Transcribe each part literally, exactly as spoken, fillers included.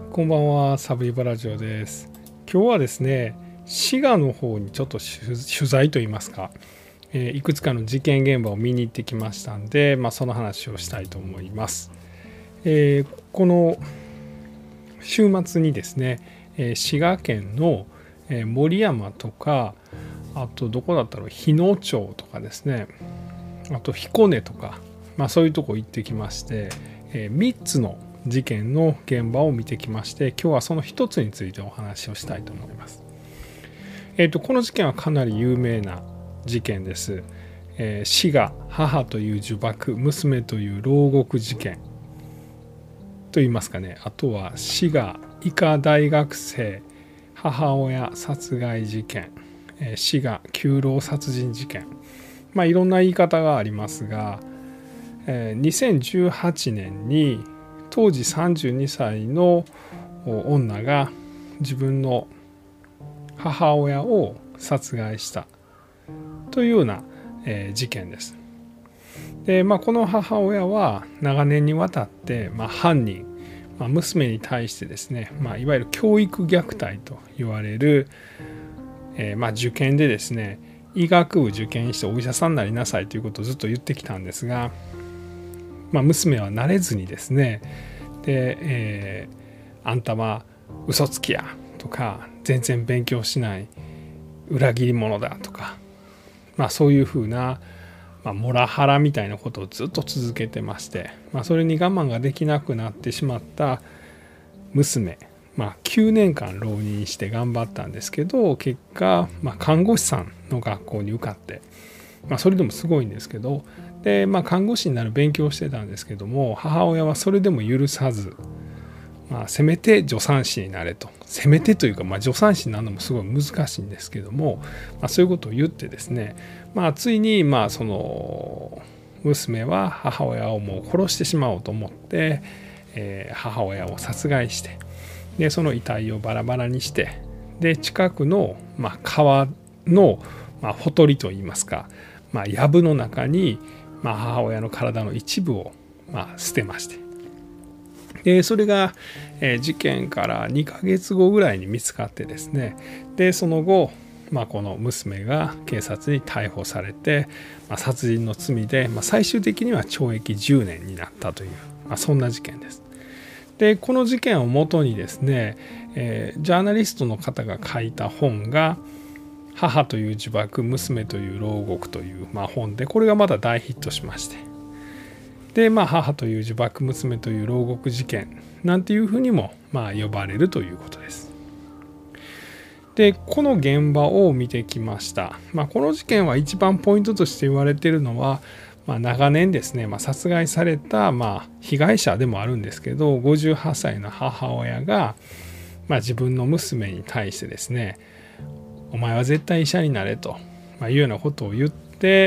こんばんは、サブイボラジオです。今日はですね、滋賀の方にちょっと取材といいますか、えー、いくつかの事件現場を見に行ってきましたんで、まあ、その話をしたいと思います。えー、この週末にですね、えー、滋賀県の、えー、守山とか、あとどこだったろう、日野町とかですね、あと彦根とか、まあ、そういうとこ行ってきまして、えー、みっつの事件の現場を見てきまして、今日はその一つについてお話をしたいと思います。えーと、この事件はかなり有名な事件です。えー、滋賀母という呪縛、娘という牢獄事件といいますかね。あとは滋賀医科大学生母親殺害事件、えー、滋賀9郎殺人事件、まあいろんな言い方がありますが、えー、にせんじゅうはちねんに当時さんじゅうにさいの女が自分の母親を殺害したというような、えー、事件です。で、まあ、この母親は長年にわたって、まあ、犯人、まあ、娘に対してですね、まあ、いわゆる教育虐待と言われる、えーまあ、受験でですね、医学部受験してお医者さんになりなさいということをずっと言ってきたんですが、まあ、娘は慣れずにですね、で、えー、あんたは嘘つきやとか、全然勉強しない裏切り者だとか、まあ、そういうふうな、まあ、モラハラみたいなことをずっと続けてまして、まあ、それに我慢ができなくなってしまった娘、まあ、きゅうねんかん浪人して頑張ったんですけど、結果、まあ、看護師さんの学校に受かって、まあ、それでもすごいんですけど、で、まあ、看護師になる勉強をしてたんですけども、母親はそれでも許さず、まあ、せめて助産師になれと、せめてというか、まあ、助産師になるのもすごい難しいんですけども、まあ、そういうことを言ってですね、まあ、ついに、まあ、その娘は母親をもう殺してしまおうと思って、えー、母親を殺害して、でその遺体をバラバラにして、で近くの、まあ、川の、まあ、ほとりといいますか、まあ、藪の中に、まあ、母親の体の一部を、まあ、捨てまして、でそれが、えー、事件からにかげつごぐらいに見つかってですね、でその後、まあ、この娘が警察に逮捕されて、まあ、殺人の罪で、まあ、最終的にはちょうえきじゅうねんになったという、まあ、そんな事件です。でこの事件をもとにですね、えー、ジャーナリストの方が書いた本が母という呪縛、娘という牢獄という、まあ、本で、これがまだ大ヒットしまして、で、まあ、母という呪縛、娘という牢獄事件なんていうふうにも、まあ、呼ばれるということです。でこの現場を見てきました。まあ、この事件は一番ポイントとして言われているのは、まあ、長年ですね、まあ、殺害された、まあ、被害者でもあるんですけど、ごじゅうはっさいの母親が、まあ、自分の娘に対してですね、お前は絶対医者になれと、まあ、いうようなことを言って、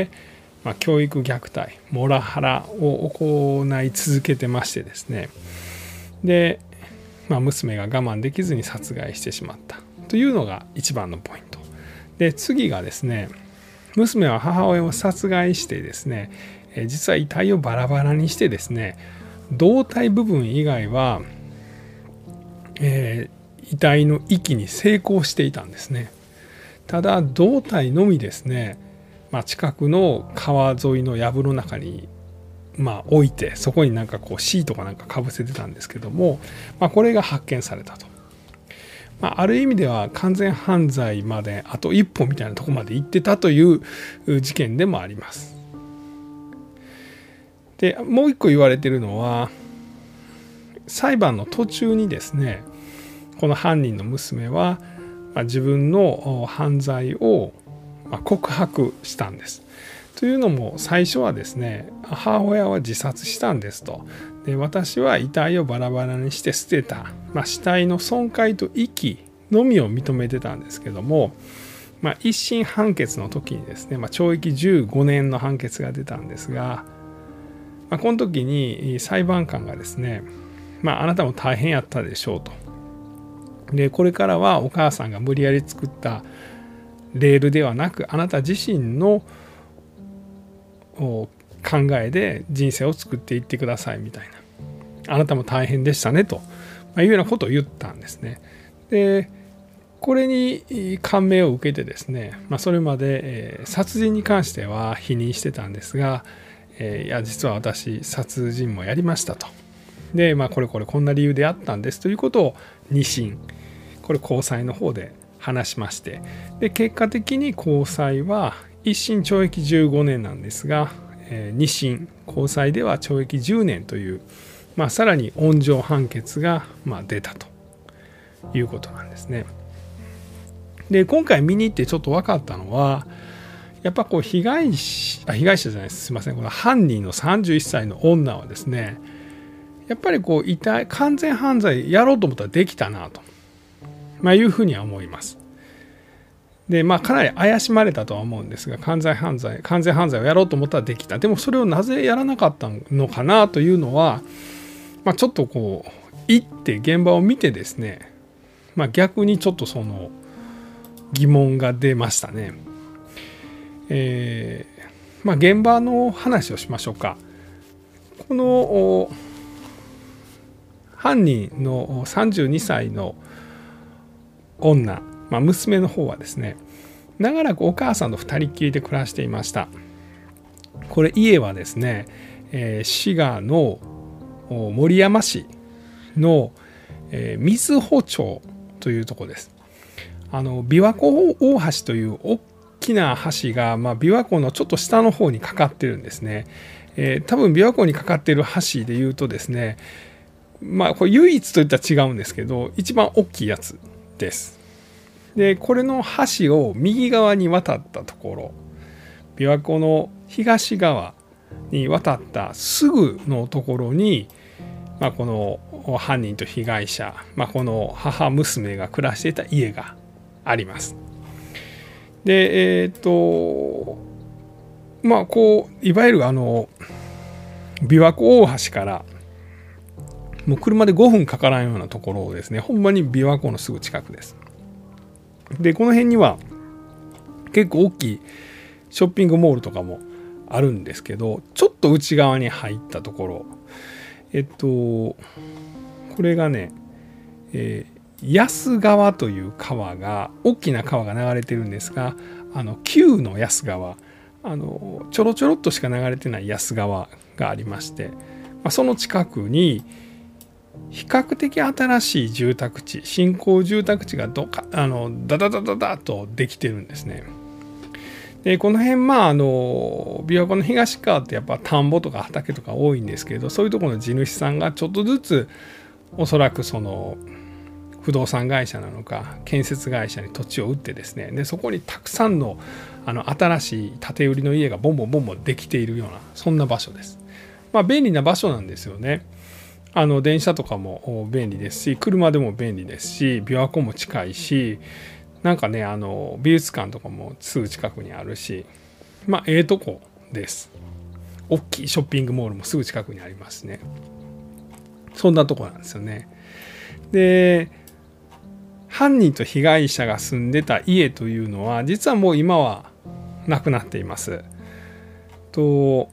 まあ、教育虐待、モラハラを行い続けてましてですね、で、まあ、娘が我慢できずに殺害してしまったというのが一番のポイントで、次がですね、娘は母親を殺害してですね、実は遺体をバラバラにしてですね、胴体部分以外は、えー、遺体の遺棄に成功していたんですね。ただ胴体のみですね、まあ、近くの川沿いの藪の中に、まあ、置いて、そこになんかこうシートかなんかかぶせてたんですけども、まあ、これが発見されたと。まあ、ある意味では完全犯罪まであと一歩みたいなところまで行ってたという事件でもあります。でもう一個言われているのは、裁判の途中にですね、この犯人の娘は自分の犯罪を告白したんです。というのも、最初はですね、母親は自殺したんですと。で私は遺体をバラバラにして捨てた、まあ、死体の損壊と遺棄のみを認めてたんですけども、まあ、一審判決の時にですね、まあ、ちょうえきじゅうごねんの判決が出たんですが、まあ、この時に裁判官がですね、まあ、あなたも大変やったでしょうと。でこれからはお母さんが無理やり作ったレールではなく、あなた自身の考えで人生を作っていってくださいみたいな、あなたも大変でしたねと、 あ、いうようなことを言ったんですね。でこれに感銘を受けてですね、まあ、それまで、えー、殺人に関しては否認してたんですが、えー、いや実は私殺人もやりましたと。で、まあ、これこれこんな理由であったんですということをに審、これ高裁の方で話しまして、で結果的に高裁はいっ審懲役じゅうごねんなんですが、えー、に審高裁では懲役じゅうねんという、まあ、さらに温情判決がまあ出たということなんですね。で今回見に行ってちょっと分かったのは、やっぱこう被害者あ被害者じゃないですすいませんこの犯人のさんじゅういっさいの女はですね、やっぱりこう遺体完全犯罪やろうと思ったらできたなと、まあ、いうふうには思います。でまあかなり怪しまれたとは思うんですが、完全犯罪完全犯罪をやろうと思ったらできた。でもそれをなぜやらなかったのかなというのは、まあ、ちょっとこう行って現場を見てですね、まあ、逆にちょっとその疑問が出ましたね。えー、まあ現場の話をしましょうか。この犯人のさんじゅうにさいの女、まあ、娘の方はですね、長らくお母さんと二人っきりで暮らしていました。これ家はですね、えー、滋賀の守山市の、えー、瑞穂町というところです。あの琵琶湖大橋という大きな橋が、まあ、琵琶湖のちょっと下の方にかかってるんですね。えー、多分琵琶湖にかかっている橋でいうとですね、まあこれ唯一といったら違うんですけど一番大きいやつです。でこれの橋を右側に渡ったところ、琵琶湖の東側に渡ったすぐのところに、まあ、この犯人と被害者、まあ、この母娘が暮らしていた家があります。でえっ、ー、とまあこういわゆるあの琵琶湖大橋からもう車でごふんかからんようなところをですね、ほんまに琵琶湖のすぐ近くです。でこの辺には結構大きいショッピングモールとかもあるんですけど、ちょっと内側に入ったところ、えっとこれがね、えー安川という川が大きな川が流れてるんですが、あの旧の安川、あのちょろちょろっとしか流れてない安川がありまして、まあ、その近くに比較的新しい住宅地、新興住宅地がどかあのダダダダダとできてるんですね。でこの辺まああの琵琶湖の東側ってやっぱ田んぼとか畑とか多いんですけど、そういうところの地主さんがちょっとずつおそらくその不動産会社なのか建設会社に土地を売ってですね、でそこにたくさんのあの新しい建て売りの家がボンボンボンボンできているようなそんな場所です。まあ便利な場所なんですよね。あの電車とかも便利ですし、車でも便利ですし、琵琶湖も近いし、なんかねあの美術館とかもすぐ近くにあるし、まあええとこです。大きいショッピングモールもすぐ近くにありますね。そんなとこなんですよね。で犯人と被害者が住んでた家というのは実はもう今はなくなっています。と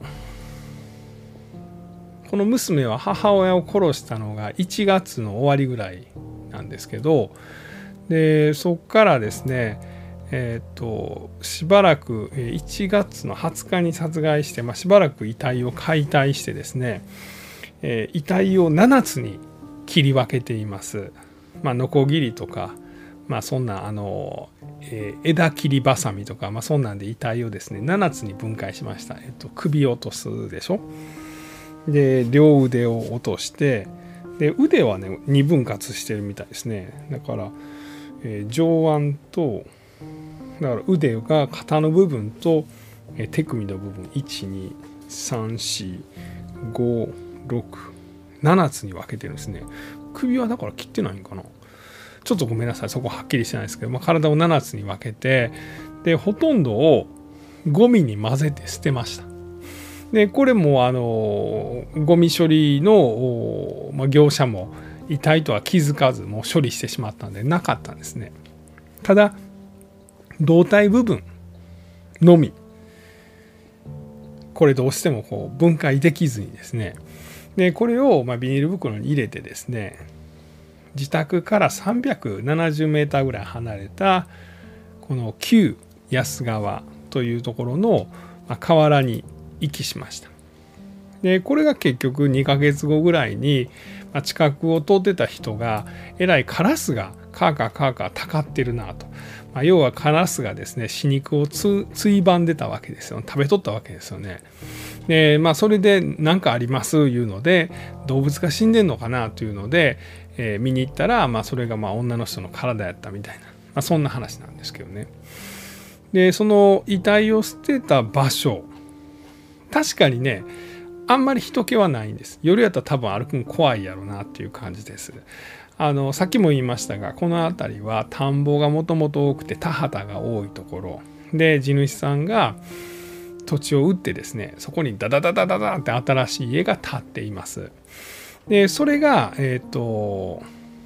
この娘は母親を殺したのがいちがつの終わりぐらいなんですけど、でそこからですね、えー、としばらくいちがつのはつかに殺害して、まあ、しばらく遺体を解体してですね、えー、遺体をななつに切り分けています。まあ、ノコギリとか、まあ、そんなあの、えー、枝切りばさみとか、まあ、そんなんで遺体をですねななつに分解しました。えっと、首を落とすでしょ。で両腕を落として、で腕はねにぶん割してるみたいですね。だから、えー、上腕とだから腕が肩の部分と、えー、手首の部分いちにさんしごろくななつに分けてるんですね。首はだから切ってないんかな、ちょっとごめんなさい、そこはっきりしてないですけど、まあ、体をななつに分けて、でほとんどをゴミに混ぜて捨てました。でこれもあのゴミ処理の、まあ、業者も遺体とは気づかずもう処理してしまったんでなかったんですね。ただ胴体部分のみこれどうしてもこう分解できずにですね、でこれをまあビニール袋に入れてですね、 自宅からさんびゃくななじゅうメーターぐらい離れたこの旧安川というところの河原に遺棄しました。でこれが結局にかげつごぐらいに近くを通ってた人がえらいカラスがカーカーカーカーたかってるなと、まあ、要はカラスがですね死肉をつついばんでたわけですよ、食べとったわけですよね。でまあそれで何かありますいうので動物が死んでんのかなというので、えー、見に行ったら、まあ、それがまあ女の人の体やったみたいな、まあ、そんな話なんですけどね。でその遺体を捨てた場所、確かにねあんまり人気はないんです。夜やったら多分歩くの怖いやろなっていう感じです。あのさっきも言いましたが、この辺りは田んぼがもともと多くて田畑が多いところで、地主さんが土地を売ってですね、そこにダダダダダダって新しい家が建っています。でそれがえっと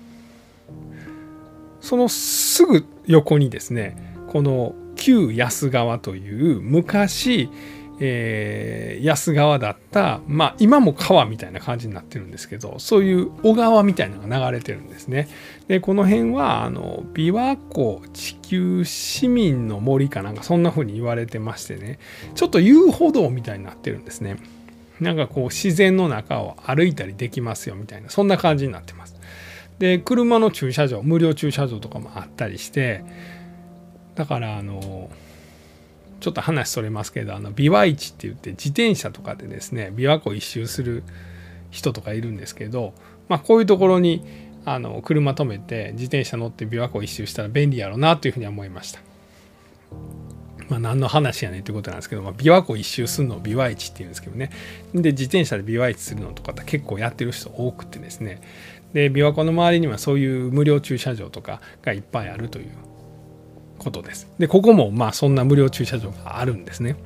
そのすぐ横にですね、この旧安川という昔えー、安川だった、まあ今も川みたいな感じになってるんですけど、そういう小川みたいなのが流れてるんですね。でこの辺はあの琵琶湖地球市民の森かなんかそんな風に言われてましてね、ちょっと遊歩道みたいになってるんですね。なんかこう自然の中を歩いたりできますよみたいな、そんな感じになってます。で車の駐車場、無料駐車場とかもあったりして、だからあのちょっと話それますけど、あの琵琶市って言って自転車とかでですね琵琶湖一周する人とかいるんですけど、まあ、こういうところにあの車止めて自転車乗って琵琶湖一周したら便利やろうなというふうに思いました。まあ、何の話やねんってことなんですけど、まあ、琵琶湖一周するのを琵琶市っていうんですけどね。で自転車で琵琶市するのとかって結構やってる人多くてですね、で琵琶湖の周りにはそういう無料駐車場とかがいっぱいあるということです。でここもまあそんな無料駐車場があるんですね。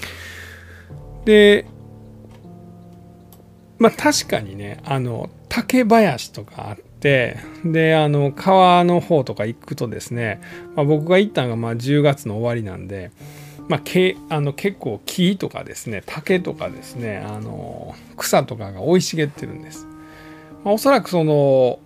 でまあ確かにね、あの竹林とかあって、であの川の方とか行くとですね、まあ、僕が行ったのがまあじゅうがつの終わりなんで、まあ、けあの結構木とかですね竹とかですね、あの草とかが生い茂ってるんです。まあ、おそらくその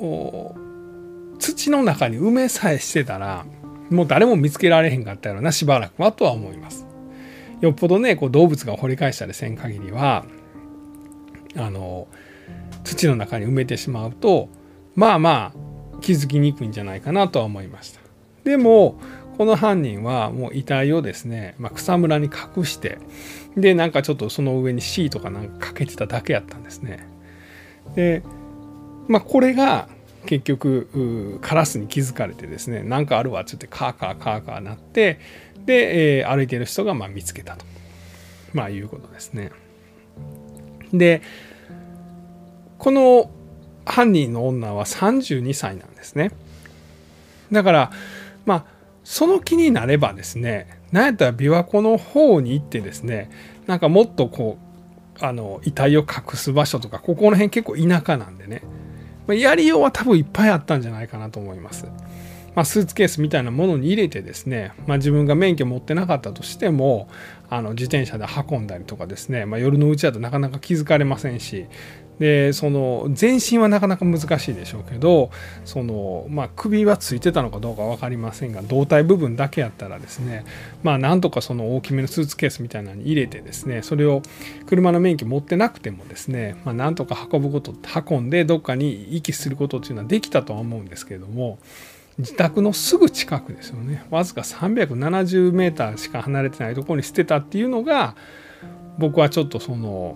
土の中に埋めさえしてたらもう誰も見つけられへんかったやろなしばらくはとは思います。よっぽどねこう動物が掘り返したりせん限りはあの土の中に埋めてしまうとまあまあ気づきにくいんじゃないかなとは思いました。でもこの犯人はもう遺体をですね、まあ、草むらに隠してでなんかちょっとその上にシートかなんかかけてただけやったんですね。でまあこれが結局カラスに気づかれてですね、なんかあるわっつってカーカーカーカーなって、で、えー、歩いてる人がまあ見つけたと、まあいうことですね。でこの犯人の女はさんじゅうにさいなんですね。だからまあその気になればですね、なんやったら琵琶湖の方に行ってですね、なんかもっとこうあの遺体を隠す場所とか、ここの辺結構田舎なんでね、やりようは多分いっぱいあったんじゃないかなと思います。まあ、スーツケースみたいなものに入れてですね、まあ、自分が免許持ってなかったとしてもあの自転車で運んだりとかですね、まあ、夜のうちだとなかなか気づかれませんし、でその全身はなかなか難しいでしょうけど、その、まあ、首はついてたのかどうか分かりませんが胴体部分だけやったらですね、まあなんとかその大きめのスーツケースみたいなのに入れてですね、それを車の免許持ってなくてもですね、まあ、なんとか運ぶこと運んでどっかに遺棄することっていうのはできたとは思うんですけれども、自宅のすぐ近くですよね、わずかさんびゃくななじゅうメーターしか離れてないところに捨てたっていうのが、僕はちょっとその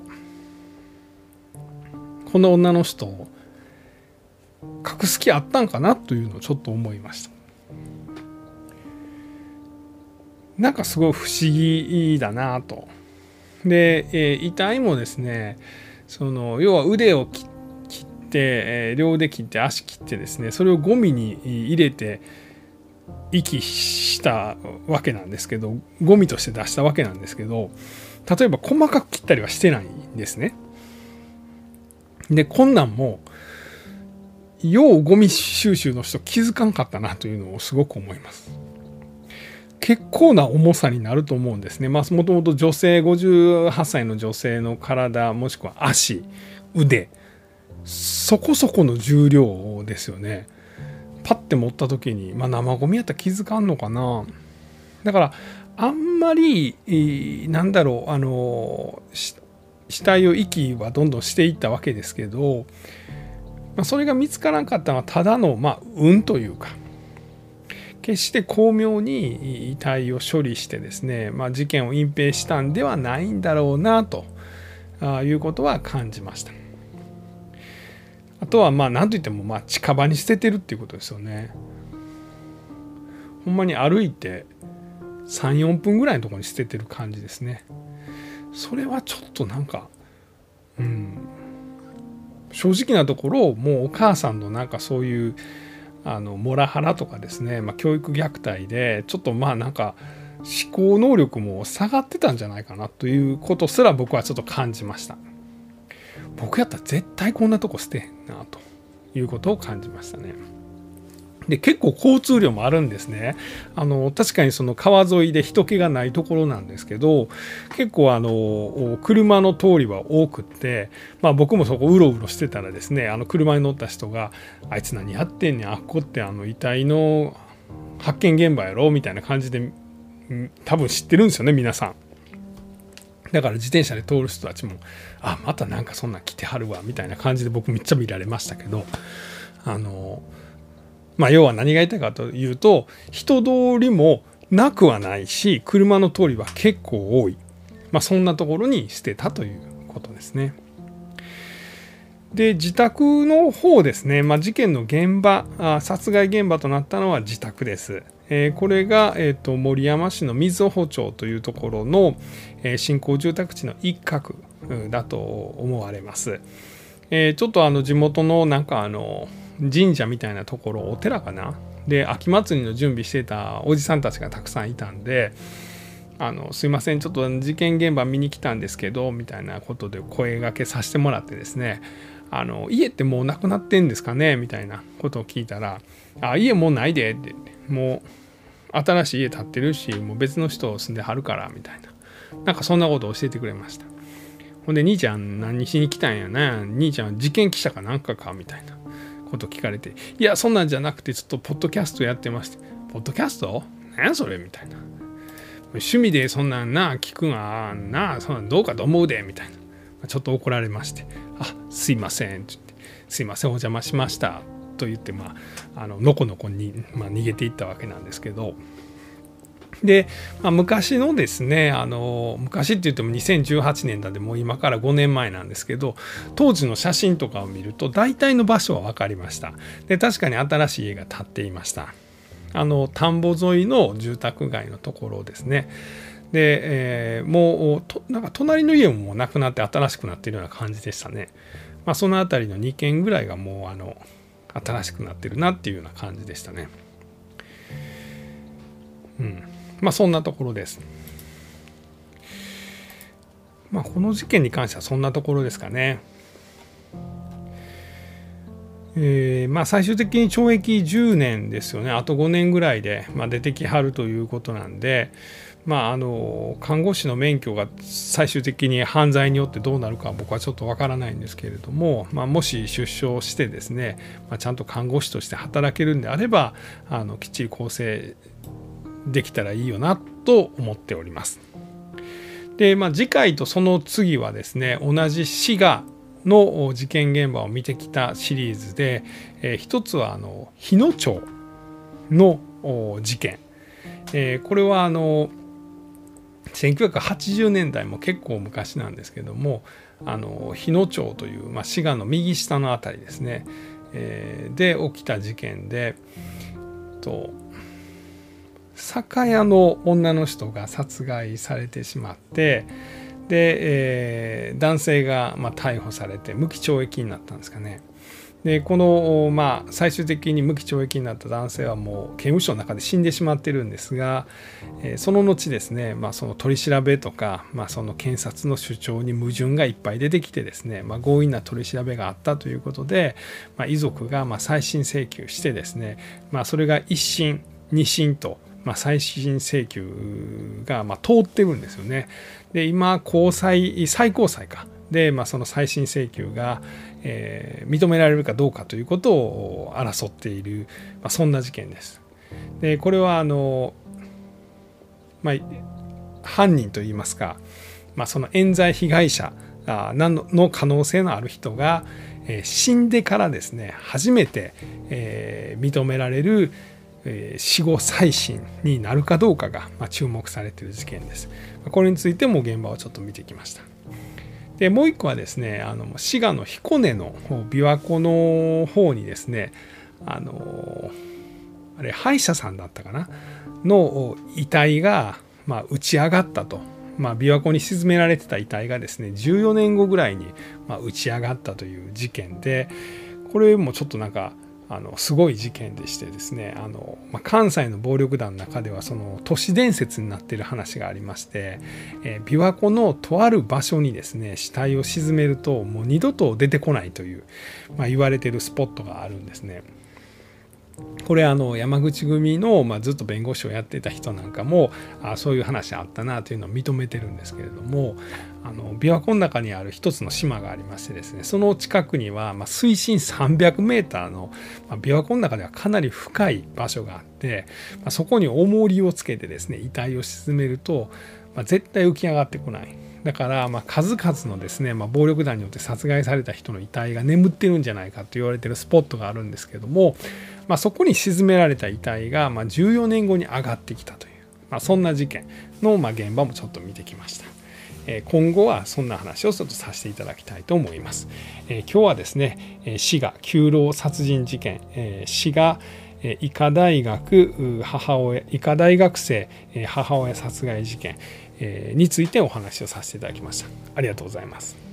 この女の人を隠す気あったんかなというのをちょっと思いました。なんかすごい不思議だなと。で、えー、遺体もですね、その要は腕を切って、えー、両腕切って足切ってですね、それをゴミに入れて遺棄したわけなんですけど、ゴミとして出したわけなんですけど、例えば細かく切ったりはしてないんですね。でこんなんもようゴミ収集の人気づかんかったなというのをすごく思います。結構な重さになると思うんですね。まあもともと女性ごじゅうはっさいの女性の体もしくは足腕そこそこの重量ですよね。パッて持った時に、まあ、生ゴミやったら気づかんのかな。だからあんまりなんだろう、あの死体を遺棄はどんどんしていったわけですけど、まあ、それが見つからなかったのはただの、まあ、運というか、決して巧妙に遺体を処理してですね、まあ、事件を隠蔽したんではないんだろうなということは感じました。あとはまあ何といってもまあ近場に捨ててるっていうことですよね。ほんまに歩いてさん、よんぷんぐらいのところに捨ててる感じですね。それはちょっとなんか、うん、正直なところもうお母さんのなんかそういうあのモラハラとかですね、まあ、教育虐待でちょっとまあなんか思考能力も下がってたんじゃないかなということすら僕はちょっと感じました。僕やったら絶対こんなとこ捨てへんなということを感じましたね。で結構交通量もあるんですね。あの確かにその川沿いで人気がないところなんですけど、結構あの車の通りは多くって、まあ、僕もそこうろうろしてたらですね、あの車に乗った人が「あいつ何やってんねん、あっこってあの遺体の発見現場やろ」みたいな感じで多分知ってるんですよね、皆さん。だから自転車で通る人たちも「あ、またなんかそんなん来てはるわ」みたいな感じで僕めっちゃ見られましたけど、あのまあ要は何が言いたいかというと、人通りもなくはないし車の通りは結構多い、まあ、そんなところに捨てたということですね。で自宅の方ですね、まあ、事件の現場、殺害現場となったのは自宅です。えー、これが、えーと、森山市の瑞穂町というところの、えー、新興住宅地の一角だと思われます。えー、ちょっとあの地元のなんかあの神社みたいなところ、お寺かなで秋祭りの準備してたおじさんたちがたくさんいたんで、あのすいませんちょっと事件現場見に来たんですけどみたいなことで声掛けさせてもらってですね、あの家ってもうなくなってんですかねみたいなことを聞いたら「あ、家もうないで」って、もう新しい家建ってるしもう別の人住んではるからみたいな、なんかそんなことを教えてくれました。ほんで「兄ちゃん何しに来たんやな、兄ちゃん事件記者かなんかか」みたいなこと聞かれて「いやそんなんじゃなくてちょっとポッドキャストやってまして」「ポッドキャスト？何やそれ」みたいな「趣味でそんなんな聞くがな、そんなんどうかと思うで」みたいな、ちょっと怒られまして「あ、すいません」って言って「すいませんお邪魔しました」と言って、まあ、あののこのこに、まあ、逃げていったわけなんですけど、で、まあ、昔のですね、あの昔って言ってもにせんじゅうはちねんなんでもう今からごねんまえなんですけど、当時の写真とかを見ると大体の場所は分かりました。で確かに新しい家が建っていました。あの田んぼ沿いの住宅街のところですね。で、えー、もうとなんか隣の家ももうなくなって新しくなっているような感じでしたね。まあ、その辺りのにけんぐらいがもうあの新しくなってるなっていうような感じでしたね。うん、まあそんなところです。まあこの事件に関してはそんなところですかね。えー、まあ最終的に懲役じゅうねんですよね。あとごねんぐらいで、まあ、出てきはるということなんで、まあ、あの看護師の免許が最終的に犯罪によってどうなるかは僕はちょっとわからないんですけれども、まあ、もし出所してですね、まあ、ちゃんと看護師として働けるんであればあのきっちり更生できたらいいよなと思っております。で、まあ、次回とその次はですね、同じ滋賀の事件現場を見てきたシリーズで、えー、一つはあの日野町の事件、えー、これはあのせんきゅうひゃくはちじゅうねんだいも結構昔なんですけども、あの日野町という、まあ、滋賀の右下の辺りですね、えー、で起きた事件で、と酒屋の女の人が殺害されてしまって、で、えー、男性がまあ逮捕されて無期懲役になったんですかね。でこの、まあ、最終的に無期懲役になった男性はもう刑務所の中で死んでしまってるんですが、えー、その後ですね、まあ、その取り調べとか、まあ、その検察の主張に矛盾がいっぱい出てきてですね、まあ、強引な取り調べがあったということで、まあ、遺族がまあ再審請求してですね、まあ、それが一審二審と、まあ、再審請求がまあ通ってるんですよね。で今高裁最高裁かで、まあ、その再審請求が、えー、認められるかどうかということを争っている、まあ、そんな事件です。でこれはあの、まあ、犯人といいますか、まあ、その冤罪被害者の可能性のある人が、えー、死んでからですね初めて、えー、認められる、えー、死後再審になるかどうかが、まあ、注目されている事件です。これについても現場をちょっと見てきました。でもう一個はですね、あの滋賀の彦根の琵琶湖の方にですね、あのあれ歯医者さんだったかなの遺体が、まあ、打ち上がったと、まあ、琵琶湖に沈められてた遺体がですねじゅうよねんごぐらいに、まあ、打ち上がったという事件で、これもちょっとなんかあのすごい事件でしてですね、あの、まあ、関西の暴力団の中ではその都市伝説になっている話がありまして、えー、琵琶湖のとある場所にですね死体を沈めるともう二度と出てこないという、まあ、言われているスポットがあるんですね。これあの山口組の、まあ、ずっと弁護士をやっていた人なんかもあそういう話あったなというのを認めてるんですけれども、あの琵琶湖の中にある一つの島がありましてですね、その近くには、まあ、水深さんびゃくメーターの、まあ、琵琶湖の中ではかなり深い場所があって、まあ、そこに重りをつけてですね遺体を沈めると、まあ、絶対浮き上がってこない。だからまあ数々のですね、まあ、暴力団によって殺害された人の遺体が眠ってるんじゃないかと言われているスポットがあるんですけども、まあ、そこに沈められた遺体がまあじゅうよねんごに上がってきたという、まあ、そんな事件のまあ現場もちょっと見てきました。今後はそんな話をちょっとさせていただきたいと思います。今日はですね滋賀9浪殺人事件、滋賀医科大学母親医科大学生母親殺害事件についてお話をさせていただきました。ありがとうございます。